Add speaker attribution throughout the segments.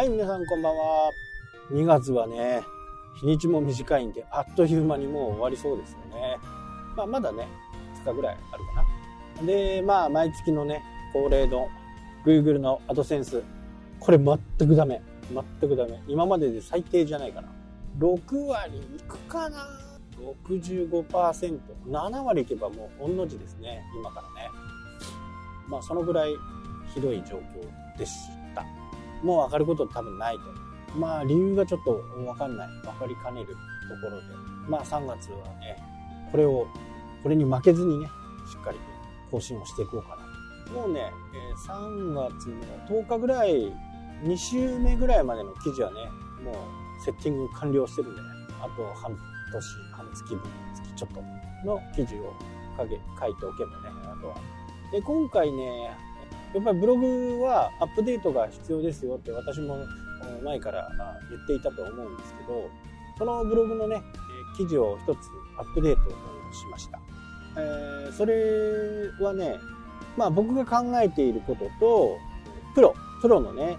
Speaker 1: はい、皆さんこんばんは。2月はね、日にちも短いんで、あっという間にもう終わりそうですよね。まだね、2日ぐらいあるかな。で、毎月のね、恒例の Google のアドセンス。これ全くダメ。全くダメ。今までで最低じゃないかな。6割いくかな ?65%。7割いけばもう御の字ですね。今からね。そのぐらいひどい状況でした。もう分かること多分ないと。理由がちょっと分かんない。分かりかねるところで。3月はね、これに負けずにね、しっかり更新をしていこうかな。もうね、3月の10日ぐらい、2週目ぐらいまでの記事はね、もうセッティング完了してるんでね、あと半月ちょっとの記事を書いておけばね、あとは。で、今回ね、やっぱりブログはアップデートが必要ですよって私も前から言っていたと思うんですけど、そのブログのね、記事を一つアップデートしました。それはね、僕が考えていることと、プロのね、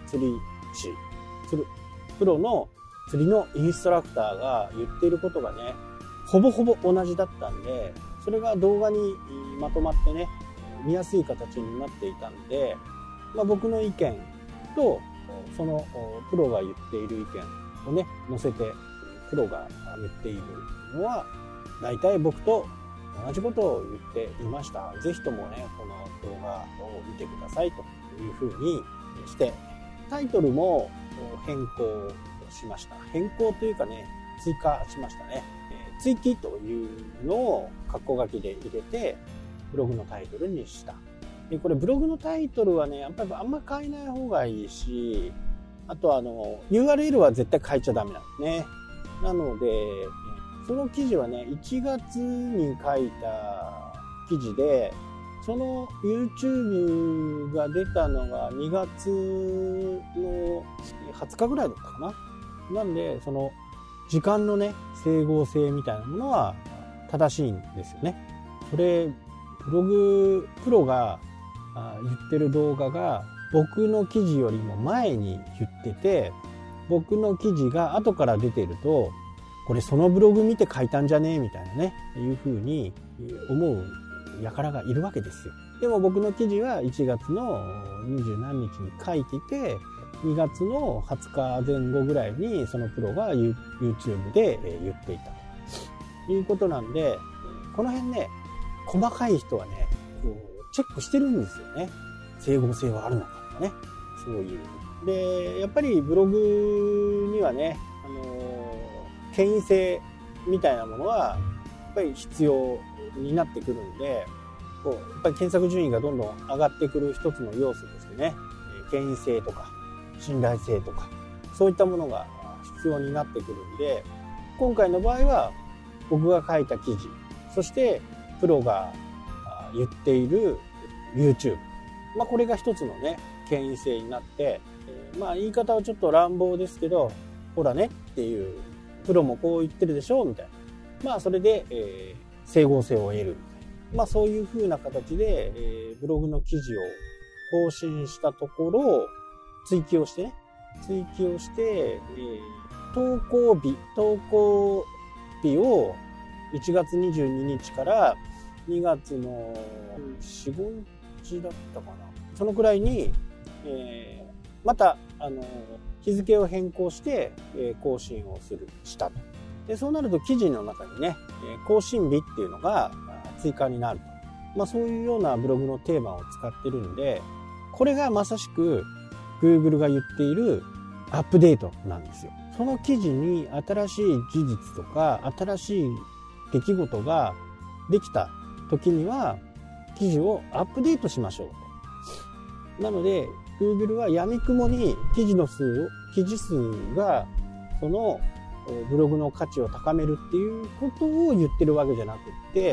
Speaker 1: プロの釣りのインストラクターが言っていることがね、ほぼほぼ同じだったんで、それが動画にまとまってね、見やすい形になっていたんで、僕の意見とそのプロが言っている意見をね載せて、プロが言っているのは大体僕と同じことを言っていました。ぜひともね、この動画を見てくださいというふうにして、タイトルも変更しました。変更というかね、追加しましたね。追記というのを括弧書きで入れてブログのタイトルにした。で、これブログのタイトルはね、やっぱりあんま変えない方がいいし、あとURL は絶対変えちゃダメなんですね。なので、その記事はね、1月に書いた記事で、その YouTube が出たのが2月の20日ぐらいだったかな。なんで、その時間のね、整合性みたいなものは正しいんですよね。それ、プロが言ってる動画が僕の記事よりも前に言ってて、僕の記事が後から出てると、これそのブログ見て書いたんじゃねえみたいなね、いうふうに思う輩がいるわけですよ。でも僕の記事は1月の20何日に書いていて、2月の20日前後ぐらいにそのプロが YouTube で言っていたということなんで、この辺ね、細かい人はね、チェックしてるんですよね。整合性はあるのかとかね。そういう。で、やっぱりブログにはね、権威性みたいなものは、やっぱり必要になってくるんで、やっぱり検索順位がどんどん上がってくる一つの要素としてね、権威性とか、信頼性とか、そういったものが必要になってくるんで、今回の場合は、僕が書いた記事、そしてプロが言っている YouTube。これが一つのね、権威性になって、言い方はちょっと乱暴ですけど、ほらねっていう、プロもこう言ってるでしょみたいな。それで、整合性を得る。そういう風な形で、ブログの記事を更新したところ、追記をして、投稿日を1月22日から2月の4、5日だったかな。そのくらいに、また、日付を変更して、更新をしたと。で、そうなると記事の中にね、更新日っていうのが追加になると。そういうようなブログのテーマを使ってるんで、これがまさしく Google が言っているアップデートなんですよ。その記事に新しい事実とか、新しい出来事ができた時には、記事をアップデートしましょう。なので、Google は闇雲に記事数がそのブログの価値を高めるっていうことを言ってるわけじゃなくって、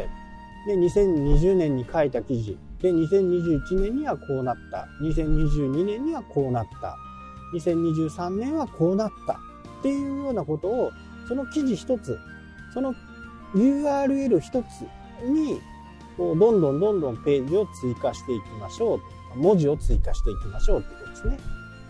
Speaker 1: で、2020年に書いた記事で、2021年にはこうなった、2022年にはこうなった、2023年はこうなったっていうようなことを、その記事一つ、その URL 一つにどんどんページを追加していきましょう。文字を追加していきましょうということですね。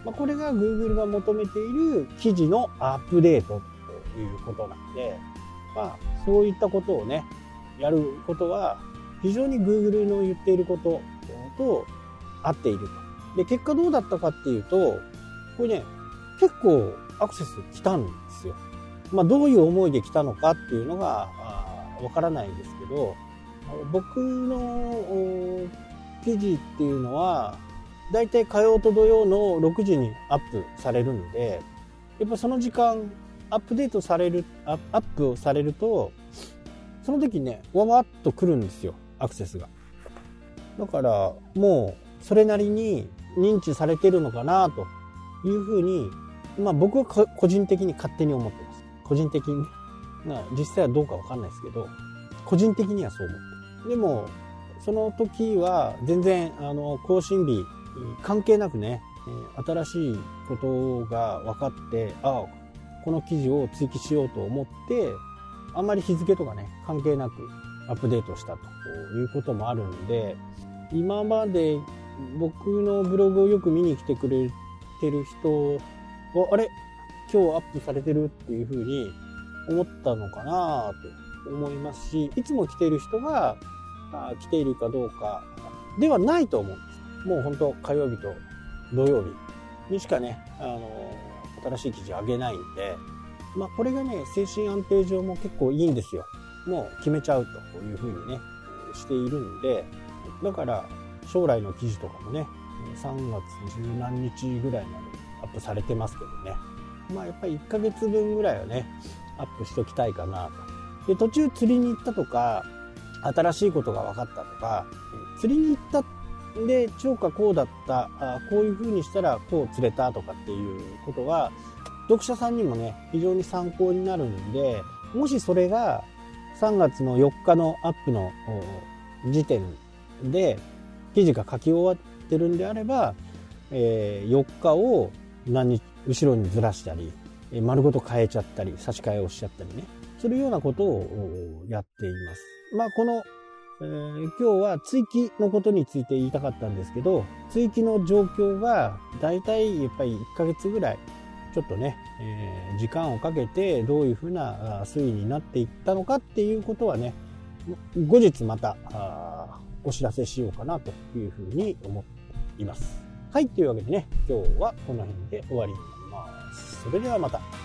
Speaker 1: これが Google が求めている記事のアップデートということなんで、そういったことをね、やることは非常に Google の言っていることと合っていると。で、結果どうだったかっていうと、これね、結構アクセス来たんですよ。どういう思いで来たのかっていうのがわからないんですけど、僕の記事っていうのはだいたい火曜と土曜の6時にアップされるので、やっぱその時間アップデートされるアップをされると、その時ねわわっと来るんですよ、アクセスが。だからもうそれなりに認知されてるのかなというふうに、僕は個人的に勝手に思ってます。個人的に、実際はどうかわかんないですけど、個人的にはそう思ってる。でもその時は全然更新日関係なくね、新しいことが分かって、この記事を追記しようと思って、あんまり日付とかね関係なくアップデートしたということもあるんで、今まで僕のブログをよく見に来てくれてる人は、あれ今日アップされてるっていうふうに思ったのかなと思いますし、いつも来ている人が来ているかどうかではないと思うんです。もう本当火曜日と土曜日にしかね、新しい記事上げないんで、これがね精神安定上も結構いいんですよ。もう決めちゃうというふうにねしているんで、だから将来の記事とかもね3月十何日ぐらいまでアップされてますけどね、やっぱり1ヶ月分ぐらいはねアップしときたいかなと。で、途中釣りに行ったとか新しいことが分かったとか、釣りに行ったで釣果こうだった、こういう風にしたらこう釣れたとかっていうことが読者さんにもね非常に参考になるんで、もしそれが3月の4日のアップの時点で記事が書き終わってるんであれば、4日を何日後ろにずらしたり、丸ごと変えちゃったり差し替えをしちゃったりね、するようなことをやっています。この、今日は追記のことについて言いたかったんですけど、追記の状況がだいたいやっぱり1ヶ月ぐらいちょっとね、時間をかけてどういうふうな推移になっていったのかっていうことはね、後日またお知らせしようかなというふうに思っています。はい、というわけでね、今日はこの辺で終わりになります。それではまた。